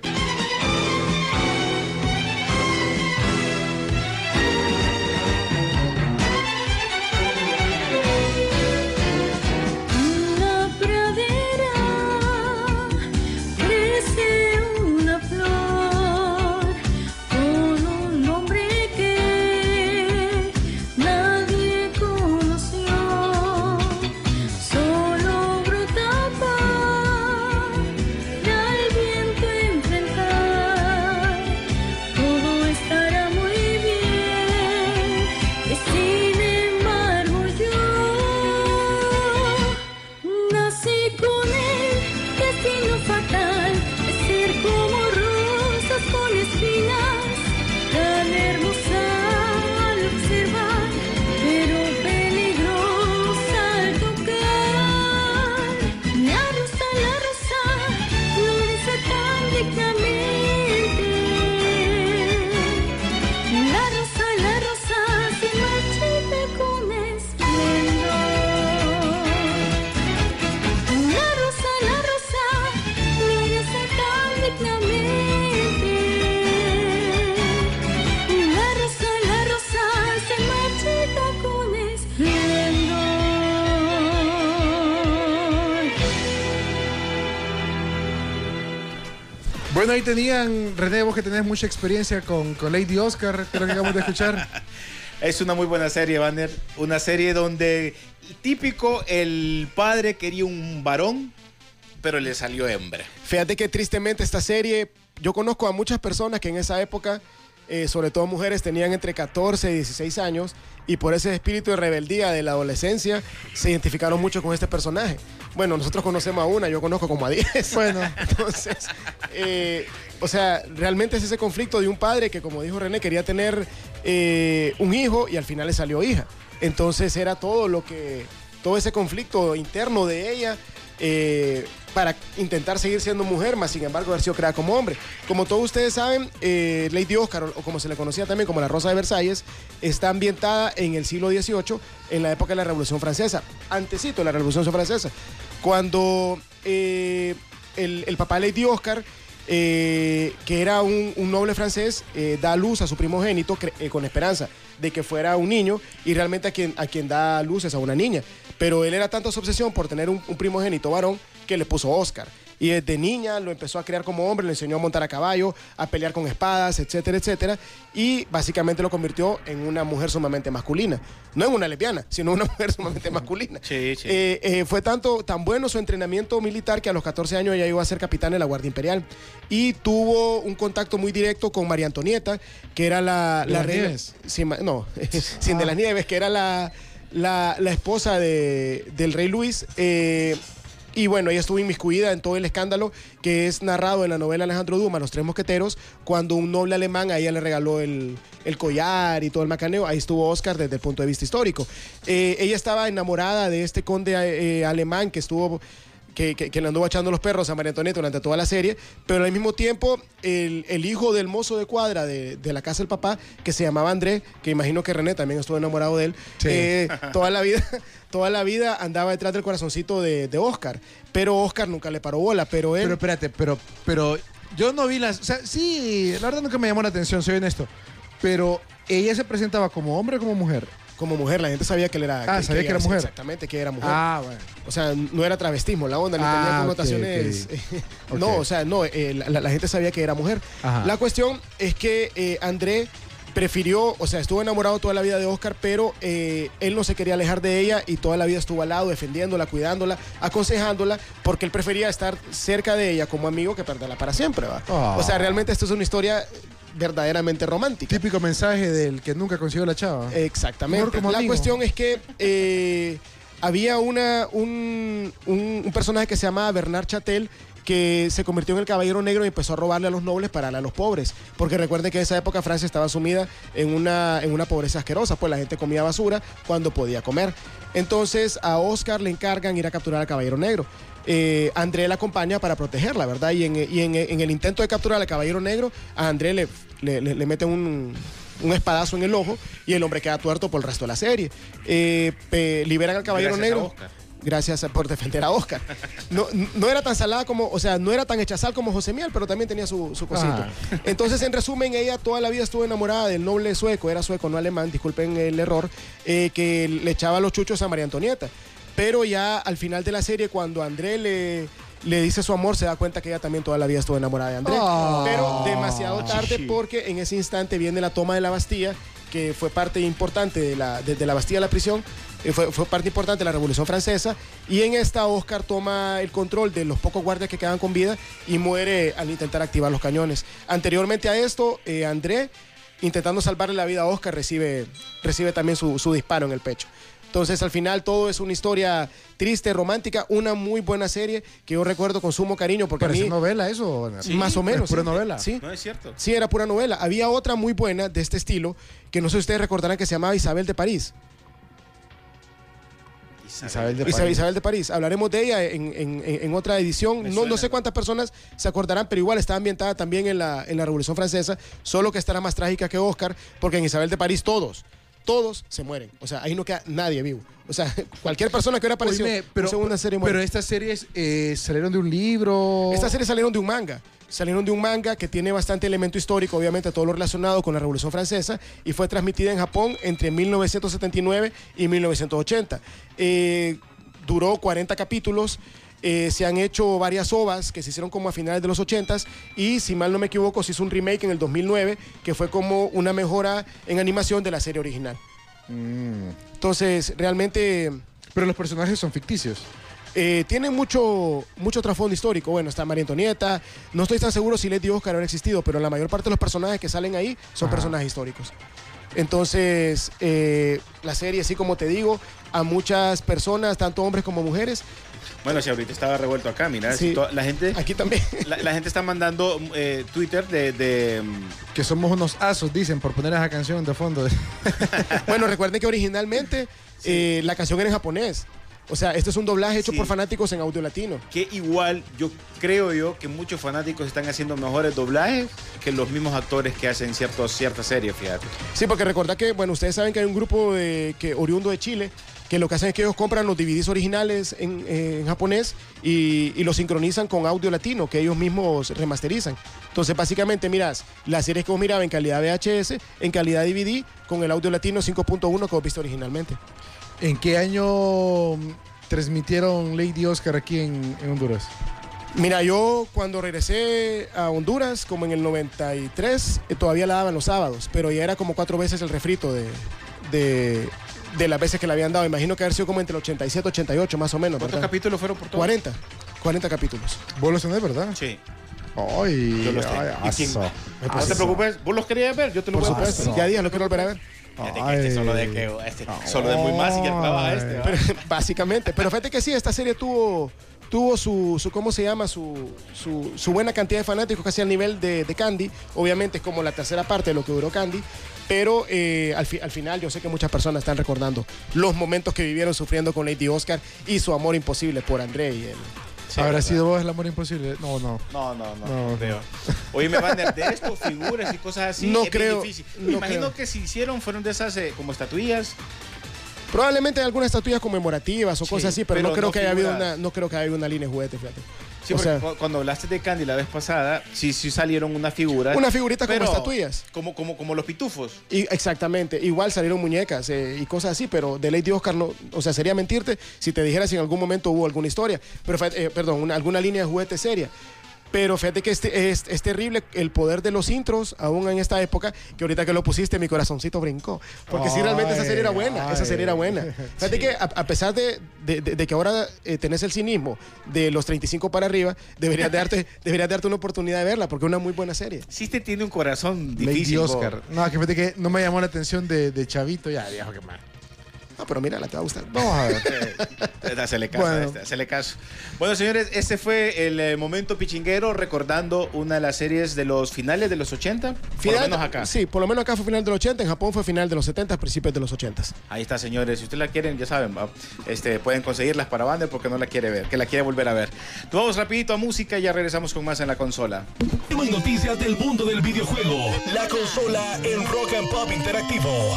B: Bueno, ahí tenían, René, vos que tenés mucha experiencia con, con Lady Oscar, creo que acabamos de escuchar.
D: Es una muy buena serie, Banner. Una serie donde, típico, el padre quería un varón, pero le salió hembra.
C: Fíjate que tristemente esta serie, yo conozco a muchas personas que en esa época, eh, sobre todo mujeres, tenían entre catorce y dieciséis años y por ese espíritu de rebeldía de la adolescencia se identificaron mucho con este personaje. Bueno, nosotros conocemos a una, yo conozco como a diez. Bueno, entonces, eh, o sea, realmente es ese conflicto de un padre que, como dijo René, quería tener eh, un hijo y al final le salió hija. Entonces era todo lo que, todo ese conflicto interno de ella eh, para intentar seguir siendo mujer, más sin embargo haber sido creada como hombre. Como todos ustedes saben, eh, Lady Oscar, o, o como se le conocía también como la Rosa de Versalles, está ambientada en el siglo dieciocho, en la época de la Revolución Francesa, antecito de la Revolución Francesa, cuando eh, el, el papá de Lady Oscar, eh, que era un, un noble francés, eh, da a luz a su primogénito eh, con esperanza de que fuera un niño, y realmente a quien, a quien da a luz es a una niña. Pero él era tanto su obsesión por tener un, un primogénito varón que le puso Oscar. Y desde niña lo empezó a crear como hombre, le enseñó a montar a caballo, a pelear con espadas, etcétera, etcétera. Y básicamente lo convirtió en una mujer sumamente masculina. No en una lesbiana, sino una mujer sumamente masculina.
D: Sí, sí.
C: Eh, eh, fue tanto, tan bueno su entrenamiento militar que a los catorce años ya iba a ser capitán de la Guardia Imperial. Y tuvo un contacto muy directo con María Antonieta, que era la, la reina. Sin, no, sin de las Nieves, que era la, la, la esposa de, del rey Luis. Eh, Y bueno, ella estuvo inmiscuida en todo el escándalo que es narrado en la novela Alejandro Dumas, Los Tres Mosqueteros, cuando un noble alemán a ella le regaló el, el collar y todo el macaneo. Ahí estuvo Oscar desde el punto de vista histórico. Eh, ella estaba enamorada de este conde eh, alemán que estuvo... Que, que, que le anduvo echando los perros a María Antonieta durante toda la serie, pero al mismo tiempo el, el hijo del mozo de cuadra de, de la casa del papá, que se llamaba André, que imagino que René también estuvo enamorado de él, sí. eh, toda la vida toda la vida andaba detrás del corazoncito de, de Oscar, pero Oscar nunca le paró bola, pero él...
B: Pero espérate, pero, pero yo no vi las... O sea, sí, la verdad nunca me llamó la atención, soy honesto, pero ella se presentaba como hombre o como mujer.
C: Como mujer, la gente sabía que él era...
B: Ah,
C: que,
B: sabía que, que era mujer.
C: Exactamente, que era mujer.
B: Ah, bueno.
C: O sea, no era travestismo, la onda, ni
B: ah,
C: tenía connotaciones...
B: Okay, okay.
C: no,
B: okay.
C: o sea, no, eh, la, la gente sabía que era mujer. Ajá. La cuestión es que eh, André prefirió, o sea, estuvo enamorado toda la vida de Oscar, pero eh, él no se quería alejar de ella y toda la vida estuvo al lado, defendiéndola, cuidándola, aconsejándola, porque él prefería estar cerca de ella como amigo que perderla para siempre, ¿va? Oh. O sea, realmente esto es una historia... verdaderamente romántica.
B: Típico mensaje del que nunca consiguió la chava.
C: Exactamente. La amigo. Cuestión es que eh, había una, un, un, un personaje que se llamaba Bernard Chatel, que se convirtió en el caballero negro y empezó a robarle a los nobles para darle a los pobres. Porque recuerden que en esa época Francia estaba sumida en una, en una pobreza asquerosa, pues la gente comía basura cuando podía comer. Entonces a Oscar le encargan ir a capturar al caballero negro. Eh, André la acompaña para protegerla, ¿verdad? Y, en, y en, en el intento de capturar al caballero negro, a André le, le, le, le meten un, un espadazo en el ojo y el hombre queda tuerto por el resto de la serie. Eh, pe, liberan al caballero
D: Gracias
C: negro. Gracias por defender a Oscar. No, no era tan salada como, o sea, no era tan hecha sal como José Miel, pero también tenía su, su cosito. Ah. Entonces, en resumen, ella toda la vida estuvo enamorada del noble sueco, era sueco, no alemán, disculpen el error, eh, que le echaba los chuchos a María Antonieta. Pero ya al final de la serie, cuando André le, le dice su amor, se da cuenta que ella también toda la vida estuvo enamorada de André. Oh. Pero demasiado tarde, porque en ese instante viene la toma de la Bastilla, que fue parte importante de la, de, de la Bastilla a la prisión, eh, fue, fue parte importante de la Revolución Francesa, y en esta Oscar toma el control de los pocos guardias que quedan con vida y muere al intentar activar los cañones. Anteriormente a esto, eh, André, intentando salvarle la vida a Oscar, recibe, recibe también su, su disparo en el pecho. Entonces, al final, todo es una historia triste, romántica, una muy buena serie que yo recuerdo con sumo cariño. Porque
B: ¿Pero
C: a mí,
B: es novela eso?
C: Sí, más o menos.
B: ¿Es pura novela?
C: Sí.
D: No es cierto.
C: Sí, era pura novela. Había otra muy buena de este estilo, que no sé si ustedes recordarán, que se llamaba Isabel de París.
B: Isabel de,
C: Isabel, Isabel de París. Hablaremos de ella en, en, en otra edición. No, no sé cuántas personas se acordarán, pero igual está ambientada también en la, en la Revolución Francesa, solo que estará más trágica que Oscar, porque en Isabel de París todos... todos se mueren. O sea, ahí no queda nadie vivo. O sea, cualquier persona que hubiera aparecido
B: Oye, pero, en una serie muere. Pero estas series eh, salieron de un libro.
C: Estas series salieron de un manga. Salieron de un manga que tiene bastante elemento histórico, obviamente todo lo relacionado con la Revolución Francesa, y fue transmitida en Japón entre mil novecientos setenta y nueve y mil novecientos ochenta. Eh, duró cuarenta capítulos. Eh, se han hecho varias ovas que se hicieron como a finales de los ochentas, y si mal no me equivoco se hizo un remake en el dos mil nueve que fue como una mejora en animación de la serie original. Mm. Entonces realmente...
B: Pero los personajes son ficticios.
C: Eh, tiene mucho, mucho trasfondo histórico. Bueno, está María Antonieta. No estoy tan seguro si Lady Oscar habrá existido, pero la mayor parte de los personajes que salen ahí son Ajá. personajes históricos. Entonces, eh, la serie, así como te digo, a muchas personas, tanto hombres como mujeres.
D: Bueno, si ahorita estaba revuelto acá, mira,
C: sí,
D: si to- la gente...
C: Aquí también.
D: La, la gente está mandando eh, Twitter de, de...
B: Que somos unos asos, dicen, por poner esa canción de fondo.
C: Bueno, recuerden que originalmente sí. eh, la canción era en japonés. O sea, este es un doblaje hecho sí. por fanáticos en audio latino.
D: Que igual, yo creo yo que muchos fanáticos están haciendo mejores doblajes que los mismos actores que hacen ciertos, ciertas series, fíjate.
C: Sí, porque recordad que, bueno, ustedes saben que hay un grupo de, que, oriundo de Chile, que lo que hacen es que ellos compran los D V Ds originales en, eh, en japonés y, y los sincronizan con audio latino, que ellos mismos remasterizan. Entonces, básicamente, mirás las series que vos mirabas en calidad V H S, en calidad D V D, con el audio latino cinco punto uno que vos viste originalmente.
B: ¿En qué año transmitieron Lady Oscar aquí en, en Honduras?
C: Mira, yo cuando regresé a Honduras, como en el noventa y tres, eh, todavía la daban los sábados, pero ya era como cuatro veces el refrito de, de, de las veces que la habían dado. Imagino que haber sido como entre el ochenta y siete y ochenta y ocho, más o menos.
D: ¿Cuántos
C: ¿verdad?
D: capítulos fueron por todo?
C: cuarenta. cuarenta capítulos.
B: ¿Vos los tenés, verdad?
D: Sí.
B: Ay,
D: yo los
B: ay,
D: aso. No te preocupes, vos los querías ver, yo te los
C: Por
D: voy a
C: supuesto, ya días lo quiero volver a ver.
D: Fíjate que este solo de que este, solo de muy más y ya trabaja este.
C: Pero, básicamente, pero fíjate que sí, esta serie tuvo, tuvo su, su, ¿cómo se llama? Su, su, su buena cantidad de fanáticos, casi al nivel de, de Candy. Obviamente es como la tercera parte de lo que duró Candy. Pero eh, al, fi, al final yo sé que muchas personas están recordando los momentos que vivieron sufriendo con Lady Oscar y su amor imposible por André y él.
B: Sí, ¿habrá verdad. sido vos el amor imposible? No, no.
D: No, no, no. no, no creo. Oye, me van de esto, figuras y cosas así.
C: No
D: es
C: creo.
D: Difícil.
C: No
D: me imagino
C: creo.
D: que si hicieron fueron de esas eh, como estatuillas.
C: Probablemente hay algunas estatuillas conmemorativas o
D: sí,
C: cosas así, pero, pero no creo no que haya habido una, no creo que haya habido una línea de juguete, fíjate.
D: Sí,
C: o
D: porque
C: sea,
D: cuando hablaste de Candy la vez pasada, sí, sí salieron una figura.
C: Una figurita como estatuillas.
D: Como, como, como los pitufos.
C: Y, exactamente. Igual salieron muñecas eh, y cosas así, pero de Lady Oscar no. O sea, sería mentirte si te dijera si en algún momento hubo alguna historia. Pero, eh, perdón, una, alguna línea de juguete seria. Pero fíjate que este, es, es terrible el poder de los intros, aún en esta época, que ahorita que lo pusiste, mi corazoncito brincó. Porque si sí, realmente esa serie era buena, ay, esa serie era buena. Fíjate sí. que a, a pesar de, de, de, de que ahora eh, tenés el cinismo de los treinta y cinco para arriba, deberías darte, deberías darte una oportunidad de verla, porque es una muy buena serie.
D: Sí te tiene un corazón difícil.
B: Lady Oscar. No, que fíjate que no me llamó la atención de, de Chavito, ya, viejo, que más.
C: No, pero mira, la te va a gustar.
B: Vamos a ver.
D: Hacele caso,
B: bueno.
D: este, hacele caso. Bueno, señores, este fue el eh, momento pichinguero recordando una de las series de los finales de los ochenta.
C: Final,
D: por lo menos acá.
C: Sí, por lo menos acá fue final de los ochenta, en Japón fue final de los setenta, principios de los ochenta.
D: Ahí está, señores. Si ustedes la quieren, ya saben, este, pueden conseguirlas para Bander porque no la quiere ver, que la quiere volver a ver. Nos vamos rapidito a música y ya regresamos con más en la consola.
A: Tenemos noticias del mundo del videojuego. La consola en Rock and Pop Interactivo.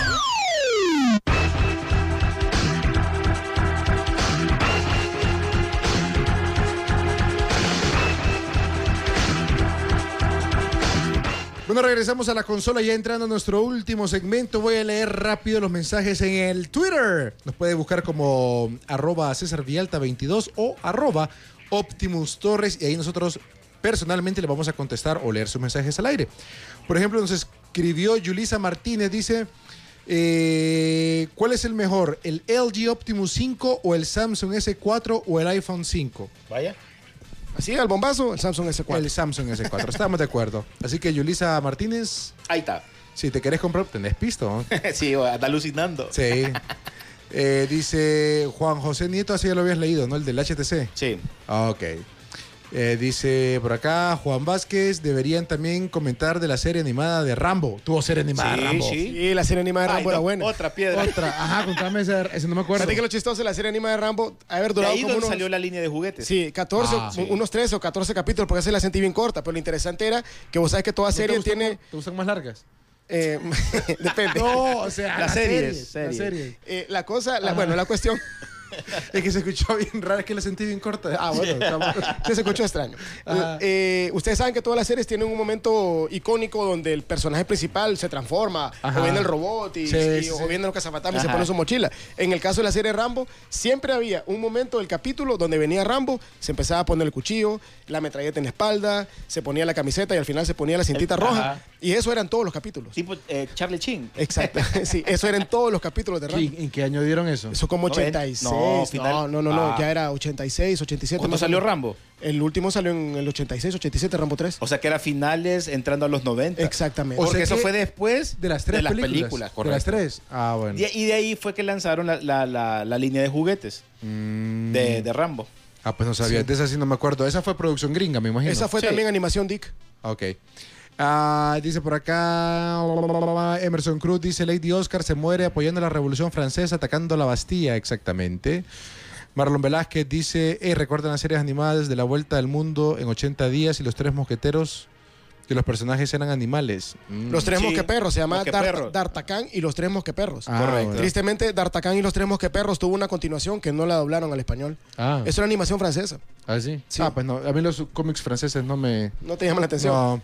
B: Bueno, regresamos a la consola ya entrando a nuestro último segmento. Voy a leer rápido los mensajes en el Twitter. Nos puede buscar como arroba César Vialta veintidós o arroba Optimus Torres y ahí nosotros personalmente le vamos a contestar o leer sus mensajes al aire. Por ejemplo, nos escribió Yulisa Martínez, dice, eh, ¿cuál es el mejor? ¿El L G Optimus cinco o el Samsung S cuatro o el iPhone cinco?
D: Vaya.
C: Así, al bombazo, el Samsung S cuatro.
B: El Samsung S cuatro, estamos de acuerdo. Así que, Yulisa Martínez.
D: Ahí está.
B: Si te querés comprar, tenés pisto.
D: Sí, anda alucinando.
B: Sí. Eh, dice Juan José Nieto, así ya lo habías leído, ¿no? El del H T C.
D: Sí.
B: Ok. Eh, dice por acá Juan Vázquez, deberían también comentar de la serie animada de Rambo. Tuvo serie animada
C: sí,
B: de Rambo.
C: Sí, sí, la serie animada de Rambo Ay, era
D: no,
C: buena.
D: Otra piedra.
B: Otra, ajá, contame ese, ese no me acuerdo.
C: Fíjate que lo chistoso de la serie animada de Rambo, haber durado
D: de ahí
C: como
D: donde
C: unos...
D: salió la línea de juguetes.
C: Sí, catorce,
B: ah, sí.
C: unos trece o catorce capítulos, porque así la sentí bien corta, pero lo interesante era que vos sabes que toda serie
B: ¿Te gustan,
C: tiene...
B: ¿Te gustan más largas?
C: Eh, depende.
B: No, o sea,
D: las
B: la
D: series.
B: serie. La serie.
C: Eh, la cosa, la, bueno, la cuestión...
B: Es que se escuchó bien raro, es que la sentí bien corta. Ah, bueno. Estamos...
C: Sí, se escuchó extraño. Eh, ustedes saben que todas las series tienen un momento icónico donde el personaje principal se transforma, Ajá. o viene el robot, y,
B: sí,
C: y,
B: sí,
C: o
B: sí.
C: vienen los cazafantasmas y se pone su mochila. En el caso de la serie Rambo, siempre había un momento del capítulo donde venía Rambo, se empezaba a poner el cuchillo, la metralleta en la espalda, se ponía la camiseta y al final se ponía la cintita el, roja. Ajá. Y eso eran todos los capítulos.
D: Tipo eh, Charlie Chin.
C: Exacto. Sí, eso eran todos los capítulos de Rambo.
B: ¿En qué año dieron eso?
C: Eso como ochenta y seis. No,
D: final.
C: no, no, no, no,
D: Ah.
C: ya era ochenta y seis, ochenta y siete.
D: ¿Cuándo
C: más o
D: salió
C: menos.
D: Rambo?
C: El último salió en el ochenta y seis, ochenta y siete, Rambo tres.
D: O sea que era finales entrando a los noventa.
C: Exactamente.
B: O
D: Porque
B: sea
D: eso
B: que
D: fue después
B: De las tres
D: de las
B: películas.
D: películas,
B: De las
D: correcto.
B: tres. Ah, bueno.
D: Y, y de ahí fue que lanzaron la, la, la, la línea de juguetes
B: Mm.
D: de, de Rambo.
B: Ah, pues no sabía.
C: Sí.
B: De esa sí no me acuerdo. Esa fue producción gringa, me imagino.
C: Esa fue
D: Sí.
C: también animación Dick.
B: Ok. Ah, dice por acá Emerson Cruz, dice Lady Oscar se muere apoyando la Revolución Francesa, atacando la Bastilla, exactamente. Marlon Velázquez dice, hey, recuerdan las series animadas de la Vuelta al Mundo en ochenta días y los tres mosqueteros, que los personajes eran animales. Mm.
C: Los tres
D: Sí,
C: mosqueperros, se llama
D: mosqueperros.
C: Dart- D'Artagnan y los tres mosqueperros.
B: Ah,
D: Correcto.
B: bueno.
C: Tristemente, D'Artagnan y los tres mosqueperros tuvo una continuación que no la doblaron al español.
B: Ah,
C: Es una animación francesa.
B: ¿ah, sí?
C: Sí.
B: Ah, pues no, a mí los cómics franceses no me...
C: ¿No te llama la atención?
B: No.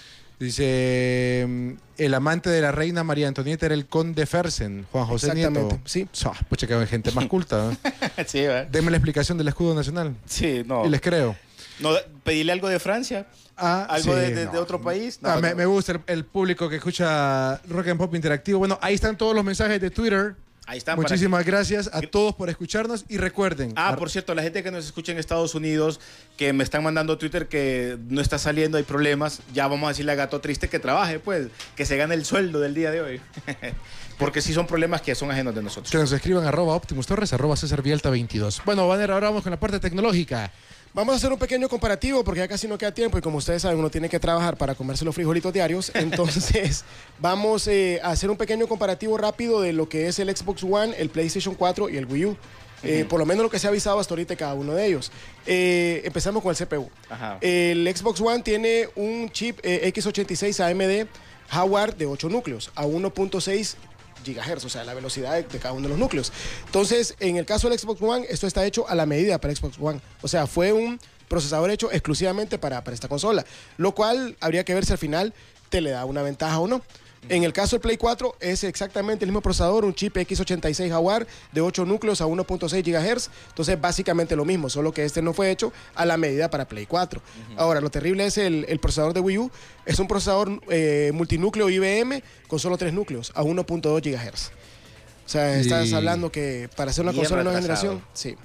B: Dice, mm, el amante de la reina María Antonieta era el conde Fersen, Juan José
C: Exactamente,
B: Nieto.
C: sí.
B: Ah, pucha, que hay gente más culta. ¿no?
D: sí, ¿verdad?
B: Deme la explicación del escudo nacional.
D: Sí, no.
B: Y les creo.
D: no. Pedirle algo de Francia.
B: Ah,
D: ¿Algo
B: sí,
D: de, de-
B: no.
D: de otro país? No,
B: Ah, me,
D: no.
B: me gusta el, el público que escucha Rock and Pop Interactivo. Bueno, ahí están todos los mensajes de Twitter.
D: Ahí están. para
B: Muchísimas gracias a todos por escucharnos y recuerden.
D: Ah,
B: ar-
D: por cierto, la gente que nos escucha en Estados Unidos, que me están mandando Twitter que no está saliendo, hay problemas, ya vamos a decirle a Gato Triste que trabaje, pues, que se gane el sueldo del día de hoy. Porque sí son problemas que son ajenos de nosotros.
B: que nos escriban arroba Optimus Torres, arroba César Vialta veintidós. Bueno, Vanner, ahora vamos con la parte tecnológica.
C: Vamos a hacer un pequeño comparativo porque ya casi no queda tiempo y como ustedes saben uno tiene que trabajar para comerse los frijolitos diarios. Entonces vamos eh, a hacer un pequeño comparativo rápido de lo que es el Xbox One, el PlayStation cuatro y el Wii U. Eh, por lo menos lo que se ha avisado hasta ahorita de cada uno de ellos. Eh, empezamos con el C P U.
D: Ajá.
C: El Xbox One tiene un chip eh, X ochenta y seis A M D Hardware de ocho núcleos a uno punto seis gigahertz, o sea, la velocidad de, de cada uno de los núcleos. Entonces, en el caso del Xbox One, esto está hecho a la medida para Xbox One. O sea, fue un procesador hecho exclusivamente para, para esta consola, lo cual habría que ver si al final te le da una ventaja o no. En el caso del Play cuatro es exactamente el mismo procesador, un chip X ochenta y seis Jaguar de ocho núcleos a uno punto seis gigahertz. Entonces, básicamente lo mismo, solo que este no fue hecho a la medida para Play cuatro. Uh-huh. Ahora, lo terrible es el, el procesador de Wii U. Es un procesador eh, multinúcleo I B M con solo tres núcleos a uno punto dos gigahertz. O sea, estás
B: Y-
C: hablando que para hacer una
D: Bien
C: consola de nueva
D: retrasado.
C: generación, sí.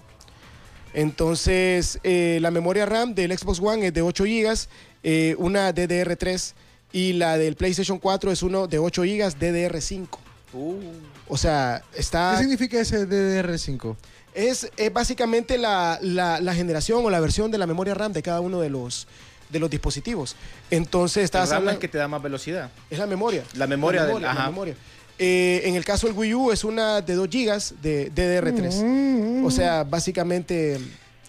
C: Entonces, eh, la memoria RAM del Xbox One es de ocho gigas, eh, una D D R tres, y la del PlayStation cuatro es uno de ocho gigas D D R cinco.
D: Uh.
C: O sea, está...
B: ¿Qué significa ese D D R cinco?
C: Es, es básicamente la, la, la generación o la versión de la memoria RAM de cada uno de los, de los dispositivos. Entonces,
D: El
C: estás
D: RAM
C: hablando...
D: es que te da más velocidad.
C: Es la memoria.
D: La memoria
C: La
D: del-
C: memoria, la
D: ajá.
C: memoria. Eh, en el caso del Wii U es una de dos gigas de D D R tres. O sea, básicamente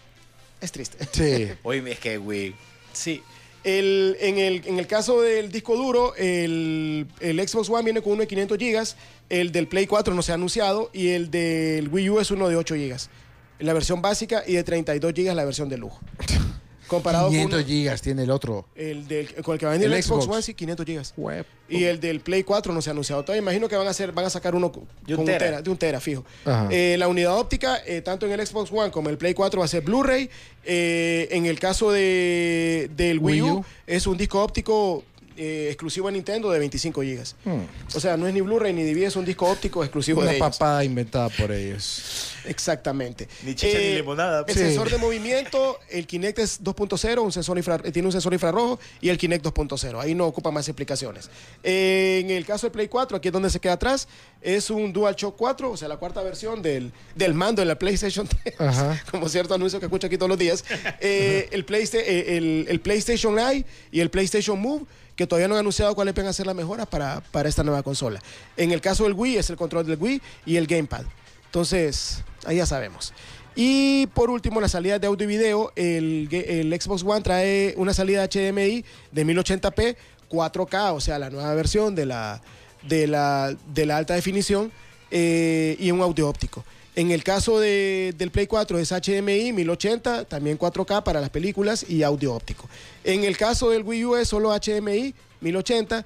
C: es triste.
B: Sí.
D: Oye, es que, güey.
C: Sí. El, en, el, en el caso del disco duro, el, el Xbox One viene con uno de quinientos gigas, el del Play cuatro no se ha anunciado y el del Wii U es uno de ocho gigas. La versión básica y de treinta y dos gigas la versión de lujo. Comparado
B: quinientos
C: con
B: gigas tiene el otro.
C: el del, con el que va a venir
B: El
C: el, Xbox
B: Xbox.
C: One, sí, quinientos gigas.
B: Web.
C: Y el del Play cuatro no se ha anunciado todavía. Imagino que van a hacer, van a sacar uno con
D: De un
C: con
D: tera.
C: de un tera, fijo.
B: Ajá.
C: Eh, la unidad óptica, eh, tanto en el Xbox One como el Play cuatro, va a ser Blu-ray. Eh, en el caso de, del Wii U,
B: Wii U.
C: es un disco óptico eh, exclusivo de Nintendo de veinticinco gigas.
B: Hmm.
C: O sea, no es ni Blu-ray ni D V D, es un disco óptico exclusivo
B: Una
C: de ellos.
B: papada inventada por ellos.
C: Exactamente.
D: Ni chicha ni limonada.
C: El
B: Sí.
C: sensor de movimiento, el Kinect es dos punto cero, un sensor infra- tiene un sensor infrarrojo y el Kinect dos punto cero. Ahí no ocupa más explicaciones. Eh, en el caso del Play cuatro, aquí es donde se queda atrás, es un DualShock cuatro, o sea, la cuarta versión del, del mando de la PlayStation tres,
B: Ajá.
C: como cierto anuncio que escucho aquí todos los días. Eh, el, Playsta- eh, el, el PlayStation Eye y el PlayStation Move, que todavía no han anunciado cuáles van a ser las mejoras para, para esta nueva consola. En el caso del Wii, es el control del Wii y el Gamepad. Entonces, ahí ya sabemos. Y por último, la salida de audio y video. El, el Xbox One trae una salida H D M I de mil ochenta p, cuatro K, o sea, la nueva versión de la, de la, de la alta definición eh, y un audio óptico. En el caso de, del Play cuatro es H D M I mil ochenta, también cuatro K para las películas y audio óptico. En el caso del Wii U es solo H D M I mil ochenta.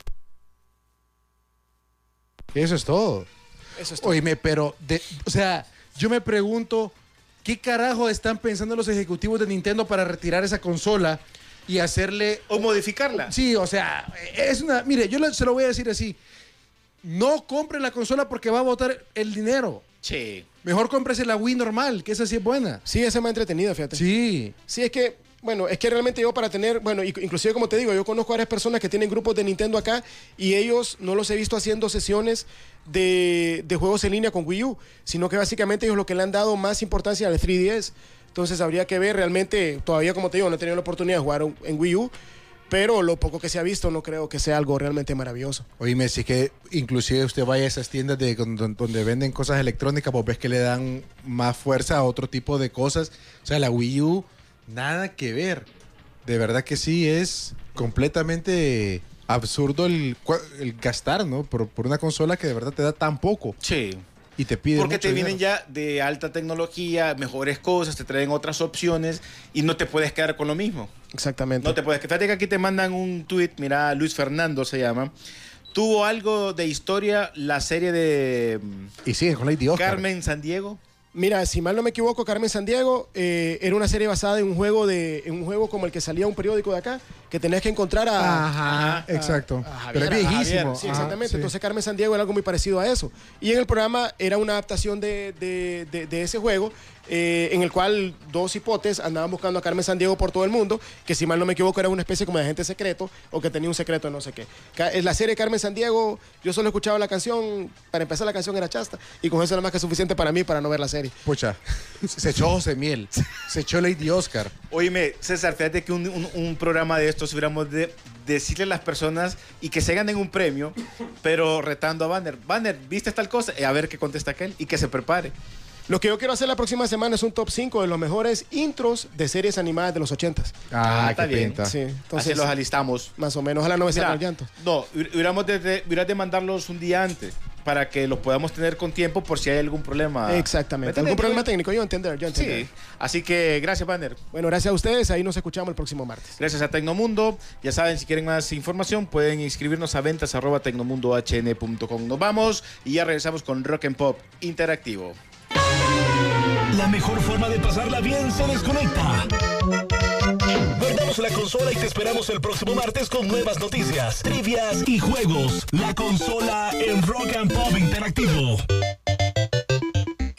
B: Eso es todo.
C: Eso es todo.
B: Oíme, pero, de, o sea, yo me pregunto, ¿qué carajo están pensando los ejecutivos de Nintendo para retirar esa consola y hacerle...
D: O modificarla.
B: Sí, o sea, es una... Mire, yo le- se lo voy a decir así. No compre la consola porque va a botar el dinero.
D: Sí.
B: Mejor cómprese la Wii normal, que esa sí es buena.
C: Sí, esa es más entretenida, fíjate.
B: Sí.
C: Sí, es que, bueno, es que realmente yo para tener, bueno, inclusive como te digo, yo conozco a varias personas que tienen grupos de Nintendo acá y ellos no los he visto haciendo sesiones de, de juegos en línea con Wii U, sino que básicamente ellos lo que le han dado más importancia al tres D S. Entonces habría que ver realmente, todavía como te digo, no he tenido la oportunidad de jugar en Wii U, pero lo poco que se ha visto no creo que sea algo realmente maravilloso.
B: Oíme, si es que inclusive usted vaya a esas tiendas de, donde, donde venden cosas electrónicas, pues ves que le dan más fuerza a otro tipo de cosas. O sea, la Wii U, nada que ver. De verdad que sí, es completamente absurdo el, el gastar, ¿no? Por, por una consola que de verdad te da tan poco.
D: Sí.
B: Y te piden
D: Porque
B: mucho
D: te vienen
B: dinero.
D: ya de alta tecnología, mejores cosas, te traen otras opciones y no te puedes quedar con lo mismo.
C: Exactamente.
D: No te puedes quedar. Fíjate que aquí te mandan un tweet, mira, Luis Fernando se llama. Tuvo algo de historia la serie de
B: Y siguen con Lady Oscar.
D: Carmen Sandiego.
C: Mira, si mal no me equivoco, Carmen Sandiego eh, era una serie basada en un juego de en un juego como el que salía un periódico de acá, que tenías que encontrar a...
B: Ajá,
C: a-
B: exacto.
C: a
B: Pero es
C: Javier, a
B: viejísimo.
C: Javier. Sí,
B: Ajá,
C: exactamente.
B: sí.
C: Entonces Carmen Sandiego era algo muy parecido a eso. Y en el programa era una adaptación de, de- de- de ese juego, eh, en el cual dos hipotes andaban buscando a Carmen Sandiego por todo el mundo, que si mal no me equivoco era una especie como de agente secreto, o que tenía un secreto de no sé qué. Ca- En la serie Carmen Sandiego, yo solo escuchaba la canción, para empezar la canción era chasta, y con eso era más que suficiente para mí para no ver la serie.
B: Pucha, se echó José Miel, se echó Lady Oscar.
D: Oíme, César, fíjate que un, un- un programa de estos hubiéramos de decirle a las personas y que se ganen un premio, pero retando a Banner. Banner, ¿viste tal cosa? Eh, a ver qué contesta aquel y que se prepare.
C: Lo que yo quiero hacer la próxima semana es un top cinco de los mejores intros de series animadas de los ochentas.
B: Ah,
D: está
B: qué
D: bien.
B: pinta.
C: Sí, entonces,
D: Así los alistamos.
C: más o menos, ojalá no me
D: Mira,
C: salga el llanto.
D: no, hubiéramos de, de- hubieras de mandarlos un día antes para que los podamos tener con tiempo por si hay algún problema.
C: Exactamente.
D: ¿Me
C: ¿Algún
D: entiendes?
C: problema técnico? Yo entender, yo entender.
D: Sí. Así que gracias, Banner.
C: Bueno, gracias a ustedes. Ahí nos escuchamos el próximo martes.
D: Gracias a Tecnomundo. Ya saben, si quieren más información, pueden inscribirnos a ventas arroba tecnomundo h n punto com. Nos vamos y ya regresamos con Rock and Pop Interactivo.
A: La mejor forma de pasarla bien se desconecta. Guardamos la consola y te esperamos el próximo martes con nuevas noticias, trivias y juegos. La consola en Rock and Pop Interactivo.